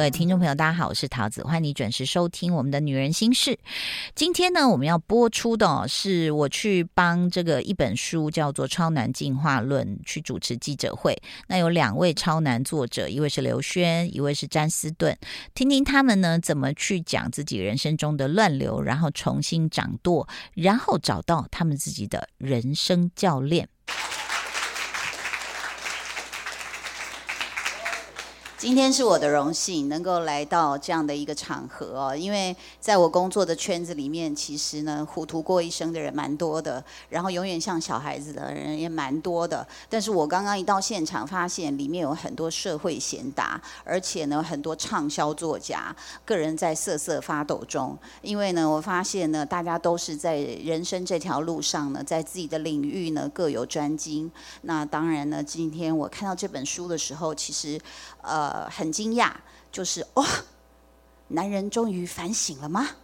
位听众朋友，大家好，我是桃子，欢迎你准时收听我们的女人心事。今天呢，我们要播出的是我去帮这个一本书叫做《超男进化论》去主持记者会。那有2位超男作者，一位是刘轩，一位是詹斯顿，听听他们呢怎么去讲自己人生中的乱流，然后重新掌舵，然后找到他们自己的人生教练。今天是我的荣幸能够来到这样的一个场合哦，因为在我工作的圈子里面，其实呢糊涂过一生的人蛮多的，然后永远像小孩子的人也蛮多的。但是我刚刚一到现场，发现里面有很多社会贤达，而且呢很多畅销作家，个人在瑟瑟发抖中。因为呢，我发现呢，大家都是在人生这条路上呢，在自己的领域呢各有专精。那当然呢，今天我看到这本书的时候，其实很惊讶，就是哇，男人终于反省了吗？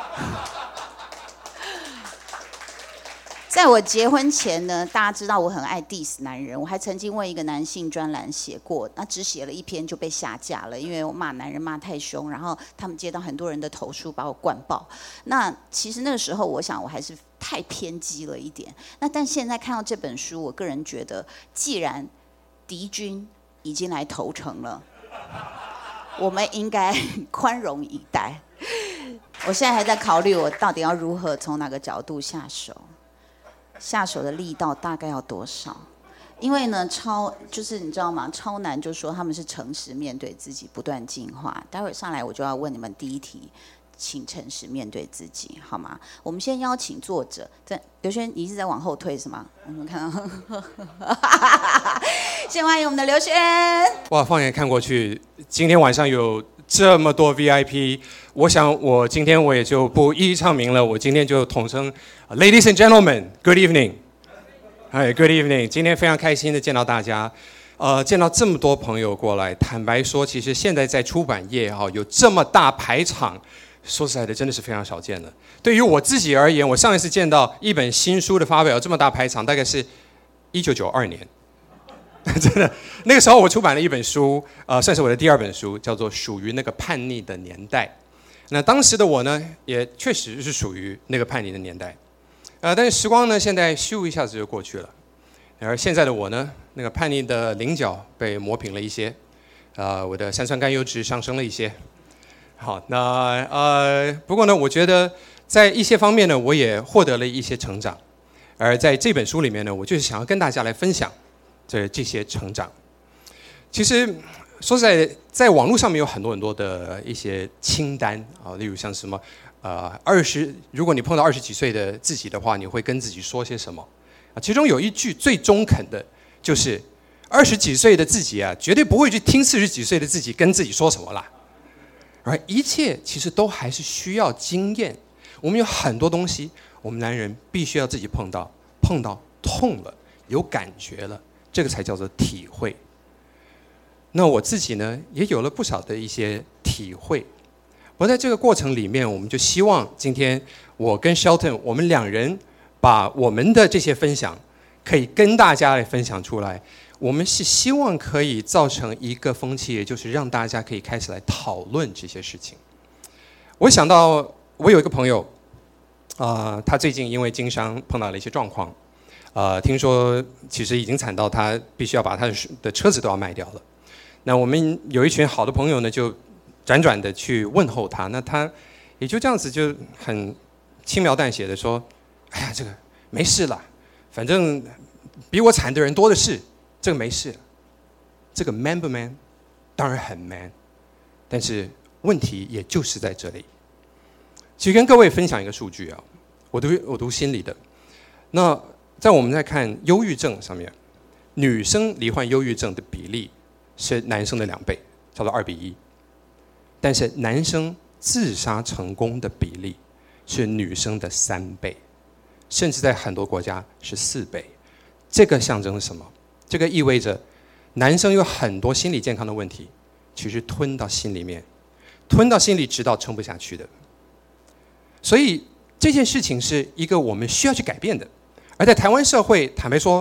在我结婚前呢，大家知道我很爱 diss 男人，我还曾经为一个男性专栏写过，那只写了1篇就被下架了，因为我骂男人骂太凶，然后他们接到很多人的投诉，把我灌爆。那其实那个时候，我想我还是太偏激了一点。那但现在看到这本书，我个人觉得，既然敌军已经来投诚了，我们应该宽容以待。我现在还在考虑，我到底要如何从哪个角度下手，下手的力道大概要多少？因为呢，就是你知道吗？超男就说他们是诚实面对自己，不断进化。待会儿上来我就要问你们第一题，请诚实面对自己，好吗？我们先邀请作者，刘轩，你一直在往后退是吗？我们看到，先欢迎我们的刘轩。 哇，放眼看过去，今天晚上有这么多 VIP， 我想我今天我也就不一一唱名了，我今天就统称 Ladies and Gentlemen, Good evening。嗨 ，Good evening。今天非常开心的见到大家，见到这么多朋友过来。坦白说，其实现在在出版业有这么大排场，说实在的，真的是非常少见了。对于我自己而言，我上一次见到一本新书的发表有这么大排场，大概是1992年。真的，那个时候我出版了一本书，算是我的第2本书，叫做《属于那个叛逆的年代》。那当时的我呢，也确实是属于那个叛逆的年代，但是时光呢，现在咻一下子就过去了。而现在的我呢，那个叛逆的棱角被磨平了一些，我的三酸甘油酯上升了一些。好，那不过呢，我觉得在一些方面呢，我也获得了一些成长。而在这本书里面呢，我就是想要跟大家来分享这些成长。其实说实在，在网络上面有很多的一些清单啊，例如像什么如果你碰到20几岁的自己的话，你会跟自己说些什么啊？其中有一句最中肯的，就是20几岁的自己啊，绝对不会去听40几岁的自己跟自己说什么啦。而一切其实都还是需要经验。我们有很多东西，我们男人必须要自己碰到痛了，有感觉了，这个才叫做体会。那我自己呢，也有了不少的一些体会。而在这个过程里面，我们就希望今天我跟 Shelton 我们2人把我们的这些分享可以跟大家来分享出来。我们是希望可以造成一个风气，也就是让大家可以开始来讨论这些事情。我想到我有一个朋友，他最近因为经商碰到了一些状况，听说其实已经惨到他必须要把他的车子都要卖掉了。那我们有一群好的朋友呢，就辗转的去问候他，那他也就这样子就很轻描淡写的说：“哎呀，这个没事了，反正比我惨的人多的是。”这个没事，这个 man 不 man？ 当然很 man， 但是问题也就是在这里。其实跟各位分享一个数据啊，我读心理的。那在我们在看忧郁症上面，女生罹患忧郁症的比例是男生的2倍，叫做2:1。但是男生自杀成功的比例是女生的3倍，甚至在很多国家是4倍。这个象征什么？这个意味着男生有很多心理健康的问题，其实吞到心里面，吞到心里直到撑不下去的。所以这件事情是一个我们需要去改变的。而在台湾社会，坦白说，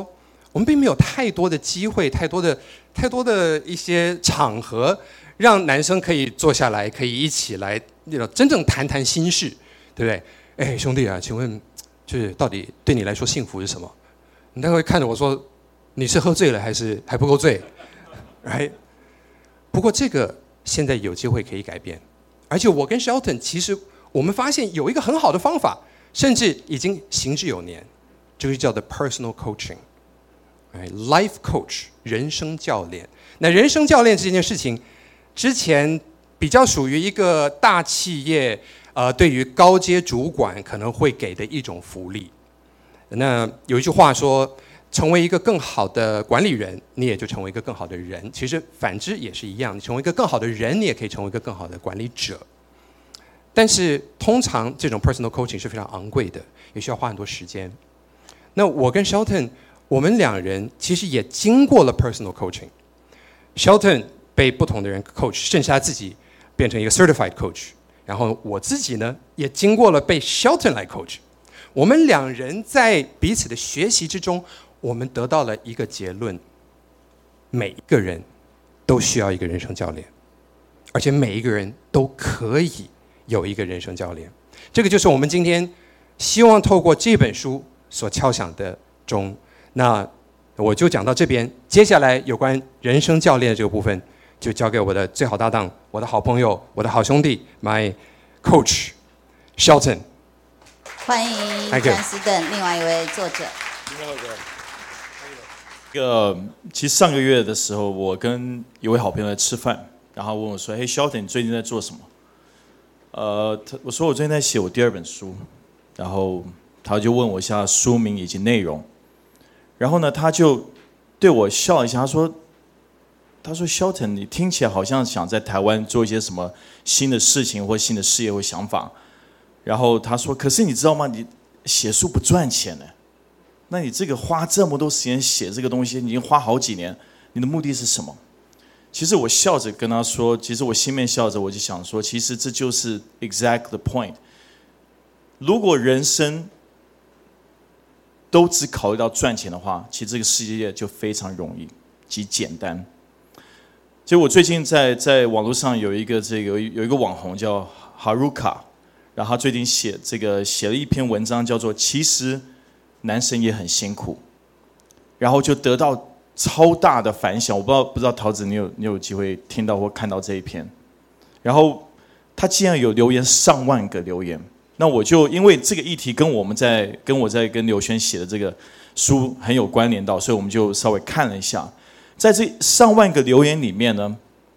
我们并没有太多的机会，太多的一些场合，让男生可以坐下来，可以一起来真正谈谈心事，对不对？哎，兄弟啊，请问，就是到底对你来说幸福是什么？你待会看着我说，你是喝醉了还是还不够醉？right？ 不过这个现在有机会可以改变，而且我跟 Shelton 其实我们发现有一个很好的方法，甚至已经行之有年，就是叫做 personal coaching。Life coach 人生教练。那人生教练这件事情，之前比较属于一个大企业，对于高阶主管可能会给的一种福利。那有一句话说，成为一个更好的管理人，你也就成为一个更好的人。其实反之也是一样，你成为一个更好的人，你也可以成为一个更好的管理者。但是通常这种 personal coaching 是非常昂贵的，也需要花很多时间。那我跟 Shelton， 我们两人其实也经过了 personal coaching。Shelton 被不同的人 coach， 甚至他自己变成一个 certified coach。然后我自己呢，也经过了被 Shelton 来 coach。我们两人在彼此的学习之中，我们得到了一个结论：每一个人都需要一个人生教练，而且每一个人都可以有一个人生教练。这个就是我们今天希望透过这本书所敲响的钟。那我就讲到这边，接下来有关人生教练的这个部分，就交给我的最好搭档，我的好朋友，我的好兄弟 ，my coach Shelton。 欢迎詹斯顿，另外一位作者。 其实上个月的时候，我跟一位好朋友在吃饭，然后问我说：“嘿 ，Shelton， 你最近在做什么？”我说我最近在写我第2本书，然后他就问我一下书名以及内容。然后呢，他就对我笑了一下，他说 Shelton， 你听起来好像想在台湾做一些什么新的事情或新的事业或想法。然后他说，可是你知道吗？你写书不赚钱呢，那你这个花这么多时间写这个东西，你已经花好几年，你的目的是什么？其实我笑着跟他说，其实我心里面笑着，我就想说，其实这就是 exact the point。如果人生都只考虑到赚钱的话，其实这个世界就非常容易及简单。其实我最近在网络上有一个网红叫 Haruka， 然后他最近写了一篇文章，叫做其实男生也很辛苦，然后就得到超大的反响。我不知道桃子你有机会听到或看到这一篇，然后他竟然有留言上万个留言。那我就因为这个议题跟我在跟刘轩写的这个书很有关联到，所以我们就稍微看了一下，在这上万个留言里面呢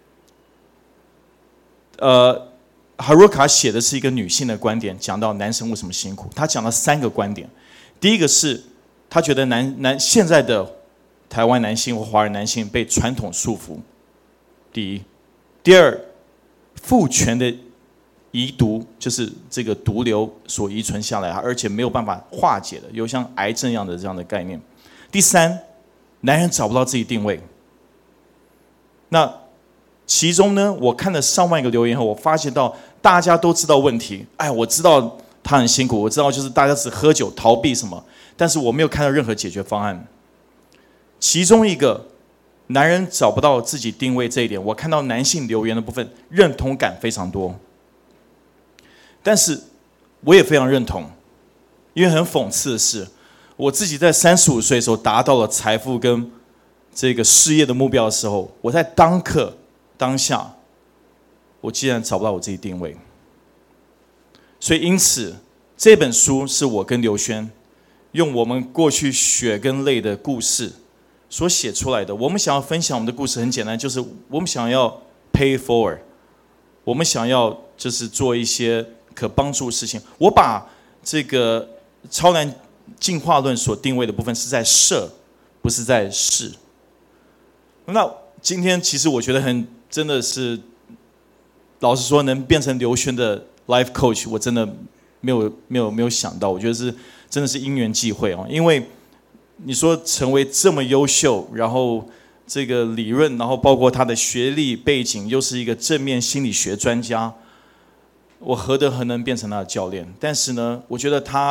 ，Haruka 写的是一个女性的观点，讲到男生为什么辛苦。他讲了3个观点。第一个是他觉得现在的台湾男性或华人男性被传统束缚，第一。第二，父权的遗毒，就是这个毒瘤所遗存下来，而且没有办法化解的，有像癌症一样的这样的概念。第三，男人找不到自己定位。那其中呢，我看了上万个留言后，我发现到大家都知道问题。哎，我知道他很辛苦，我知道就是大家只喝酒逃避什么，但是我没有看到任何解决方案。其中一个男人找不到自己定位这一点，我看到男性留言的部分认同感非常多。但是我也非常认同，因为很讽刺的是，我自己在35岁的时候达到了财富跟这个事业的目标的时候，我在当下，我竟然找不到我自己定位。所以因此，这本书是我跟刘轩用我们过去血跟泪的故事所写出来的。我们想要分享我们的故事很简单，就是我们想要 pay it forward， 我们想要就是做一些可帮助的事情。我把这个超男进化论所定位的部分是在摄，不是在事。那今天其实我觉得真的是，老实说能变成刘轩的 life coach， 我真的没有想到。我觉得真的是因缘际会哦，因为你说成为这么优秀，然后这个理论，然后包括他的学历背景，又是一个正面心理学专家，我何德何能变成他的教练？但是呢，我觉得他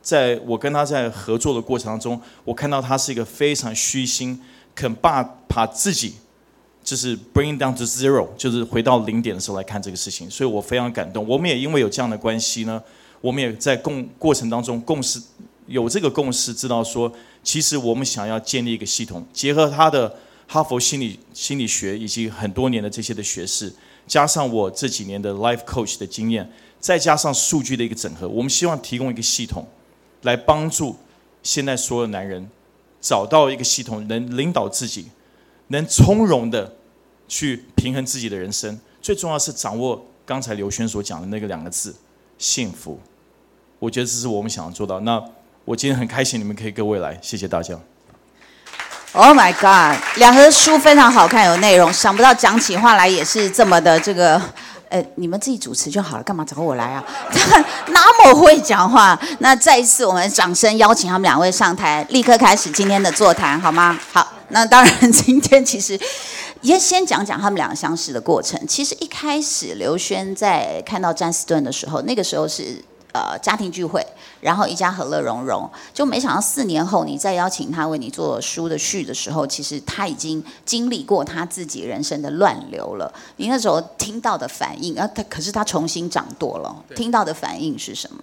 在我跟他在合作的过程当中，我看到他是一个非常虚心，肯把自己就是 bring down to zero， 就是回到0点的时候来看这个事情，所以我非常感动。我们也因为有这样的关系呢，我们也在过程当中有这个共识，知道说，其实我们想要建立一个系统，结合他的哈佛心理学以及很多年的这些的学识，加上我这几年的 life coach 的经验，再加上数据的一个整合，我们希望提供一个系统，来帮助现在所有男人找到一个系统，能领导自己，能从容的去平衡自己的人生。最重要是掌握刚才刘轩所讲的那个2个字：幸福。我觉得这是我们想要做到。那我今天很开心你们可以各位来，谢谢大家。 Oh my god， 两盒书非常好看，有内容，想不到讲起话来也是这么的这个，你们自己主持就好了，干嘛找我来啊？那么会讲话，那再一次我们掌声邀请他们2位上台，立刻开始今天的座谈，好吗？好，那当然今天其实也先讲讲他们2个相识的过程。其实一开始刘轩在看到詹斯顿的时候，那个时候是家庭聚会，然后一家和乐融融，就没想到4年后你再邀请他为你做书的序的时候，其实他已经经历过他自己人生的乱流了。你那时候听到的反应，可是他重新掌舵了，听到的反应是什么？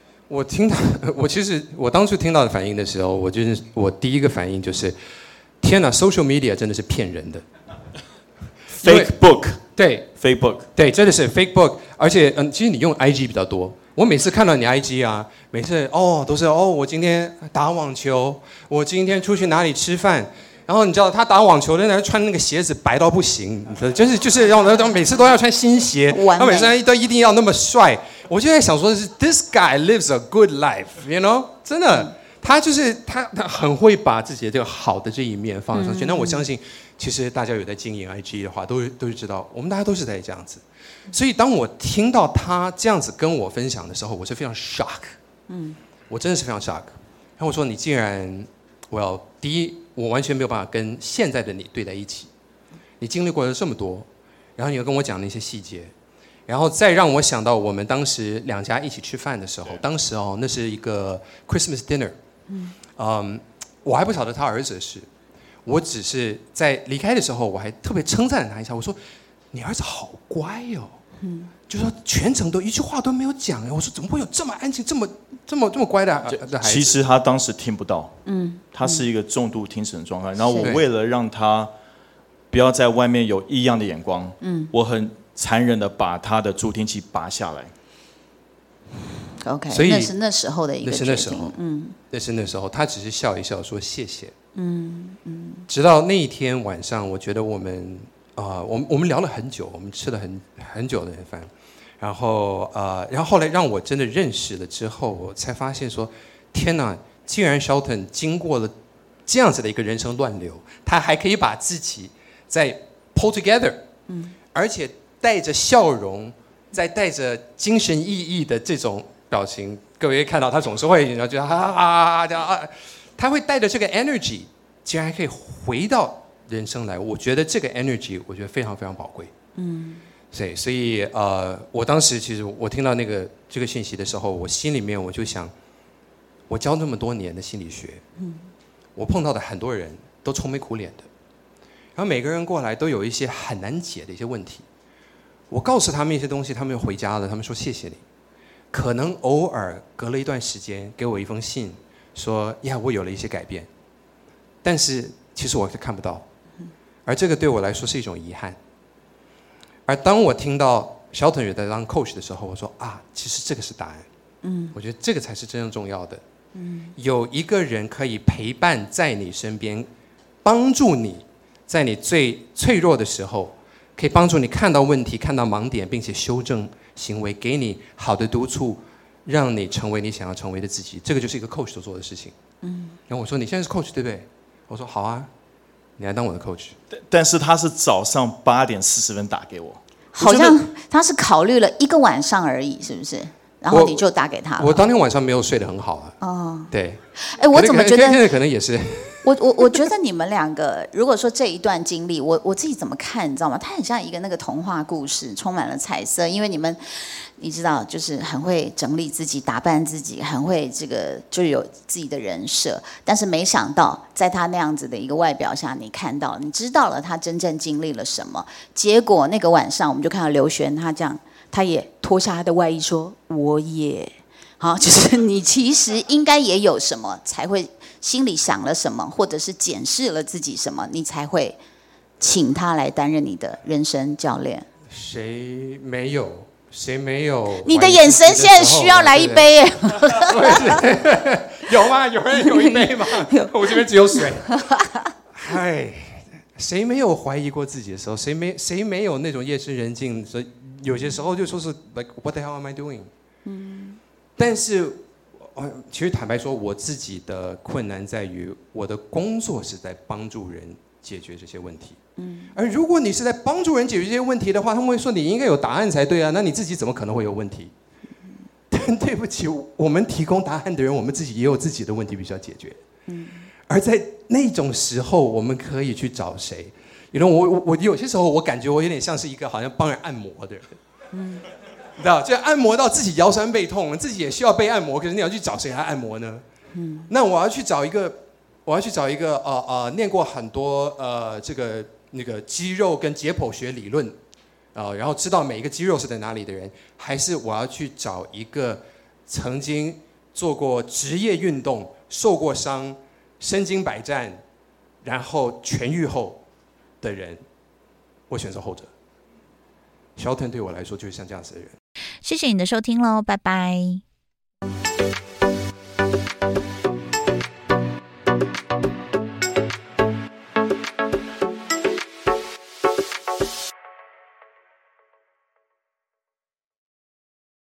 我当初听到的反应的时候，我第一个反应就是，天哪 ，social media 真的是骗人的 ，fake book， 对 ，fake book， 对，真的是 fake book， 而且其实你用 IG 比较多。我每次看到你 IG 啊，每次都是我今天打网球，我今天出去哪里吃饭，然后你知道他打网球的人穿那个鞋子白到不行，就是让每次都要穿新鞋，他每次都一定要那么帅。我就在想说的是 ，this guy lives a good life，you know， 真的，他就是他很会把自己的这个好的这一面放上去。那我相信，其实大家有在经营 IG 的话，都是知道，我们大家都是在这样子。所以当我听到他这样子跟我分享的时候，我是非常 shock， 我真的是非常 shock。然后我说你既然，第一，我完全没有办法跟现在的你对在一起，你经历过了这么多，然后你又跟我讲那些细节，然后再让我想到我们当时2家一起吃饭的时候，当时那是一个 Christmas dinner，我还不晓得他儿子的事，我只是在离开的时候，我还特别称赞他一下，我说你儿子好乖哦。就说全程都一句话都没有讲，我说怎么会有这么安静、这么乖的孩子？ 其实他当时听不到，他是一个重度听损的状态。然后我为了让他不要在外面有异样的眼光，我很残忍的把他的助听器拔下来。 OK， 所以那是那时候的一个决定。 那是那时候，他只是笑一笑说谢谢。直到那一天晚上，我觉得我们聊了很久，我们吃了很久的饭，然后后来让我真的认识了之后，我才发现说，天哪！既然 Shelton 经过了这样子的一个人生乱流，他还可以把自己再 pull together，而且带着笑容，再带着精神奕奕的这种表情，各位看到他总是会，然后觉得他会带着这个 energy， 竟然还可以回到人生来，我觉得这个 energy 我觉得非常非常宝贵。所以我当时其实我听到这个讯息的时候，我心里面我就想，我教那么多年的心理学，我碰到的很多人都愁眉苦脸的，然后每个人过来都有一些很难解的一些问题，我告诉他们一些东西，他们又回家了，他们说谢谢你，可能偶尔隔了一段时间给我一封信，说呀我有了一些改变，但是其实我是看不到。而这个对我来说是一种遗憾。而当我听到 Shelton 也在当 coach 的时候，我说其实这个是答案。我觉得这个才是真正重要的。有一个人可以陪伴在你身边，帮助你在你最脆弱的时候，可以帮助你看到问题、看到盲点，并且修正行为，给你好的督促，让你成为你想要成为的自己。这个就是一个 coach 所做的事情。然后我说你现在是 coach 对不对？我说好啊。你来当我的 coach， 但是他是早上8点40分打给我， 好像他是考虑了1个晚上而已，是不是？然后你就打给他了。 我当天晚上没有睡得很好啊。对。 我怎么觉得现在可能也是。 我觉得你们两个，如果说这一段经历，我自己怎么看，你知道吗？它很像一个那个童话故事，充满了彩色。因为你知道，就是很会整理自己、打扮自己，很会这个就有自己的人设。但是没想到，在他那样子的一个外表下，你看到，你知道了他真正经历了什么。结果那个晚上，我们就看到刘璇，他这样，他也脱下他的外衣说：“我也。”好，就是你其实应该也有什么，才会心里想了什么，或者是检视了自己什么，你才会请他来担任你的人生教练。 谁没有？谁没有？ 你的眼神现在需要来一杯耶！ 有吗？有人有一杯吗？我这边只有水。嗨，谁没有怀疑过自己的时候？谁没有那种夜深人静？所以有些时候就说是 like what the hell am I doing？但是，其实坦白说，我自己的困难在于，我的工作是在帮助人解决这些问题。而如果你是在帮助人解决这些问题的话，他们会说你应该有答案才对啊，那你自己怎么可能会有问题？但对不起，我们提供答案的人，我们自己也有自己的问题必须要解决。而在那种时候，我们可以去找谁？我有些时候我感觉我有点像是一个好像帮人按摩的人。你知道，就按摩到自己腰酸背痛，自己也需要被按摩，可是你要去找谁来按摩呢？那我要去找一个念过很多那个肌肉跟解剖学理论，然后知道每一个肌肉是在哪里的人，还是我要去找一个曾经做过职业运动、受过伤、身经百战，然后痊愈后的人？我选择后者。Shelton 对我来说就是像这样子的人。 谢谢你的收听喽，拜拜。